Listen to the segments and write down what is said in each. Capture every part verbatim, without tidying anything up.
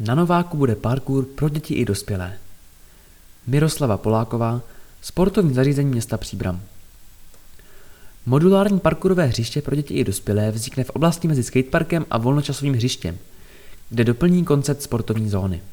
Na Nováku bude parkour pro děti i dospělé. Miroslava Poláková, sportovní zařízení města Příbram. Modulární parkourové hřiště pro děti i dospělé vznikne v oblasti mezi skateparkem a volnočasovým hřištěm, kde doplní koncept sportovní zóny.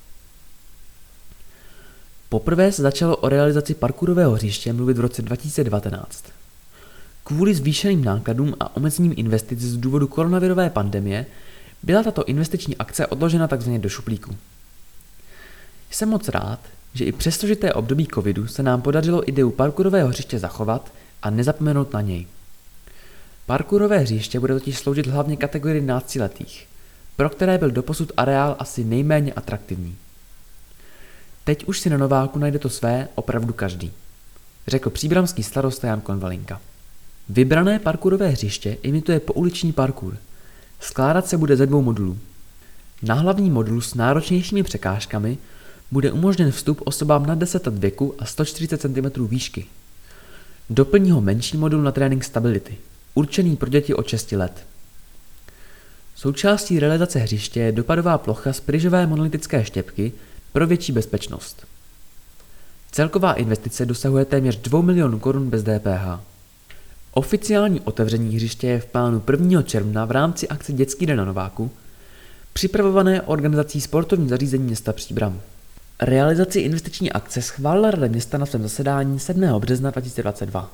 Poprvé se začalo o realizaci parkourového hřiště mluvit v roce dva tisíce devatenáct. Kvůli zvýšeným nákladům a omezením investic z důvodu koronavirové pandemie byla tato investiční akce odložena tzv. Do šuplíku. Jsem moc rád, že i přes složité období covidu se nám podařilo ideu parkourového hřiště zachovat a nezapomenout na něj. Parkourové hřiště bude totiž sloužit hlavně kategorii náctiletých, pro které byl doposud areál asi nejméně atraktivní. Teď už si na Nováku najde to své opravdu každý, řekl příbramský starosta Jan Konvalinka. Vybrané parkourové hřiště imituje pouliční parkour. Skládat se bude ze dvou modulů. Na hlavní modulu s náročnějšími překážkami bude umožněn vstup osobám nad deset let věku a sto čtyřicet centimetrů výšky. Doplní ho menší modul na trénink stability, určený pro děti od šesti let. Součástí realizace hřiště je dopadová plocha z pryžové monolitické štěpky pro větší bezpečnost. Celková investice dosahuje téměř dvou milionů korun bez D P H. Oficiální otevření hřiště je v plánu prvního června v rámci akce Dětský den na Nováku, připravované organizací sportovní zařízení města Příbram. Realizaci investiční akce schválila Rada města na svém zasedání sedmého března dva tisíce dvacet dva.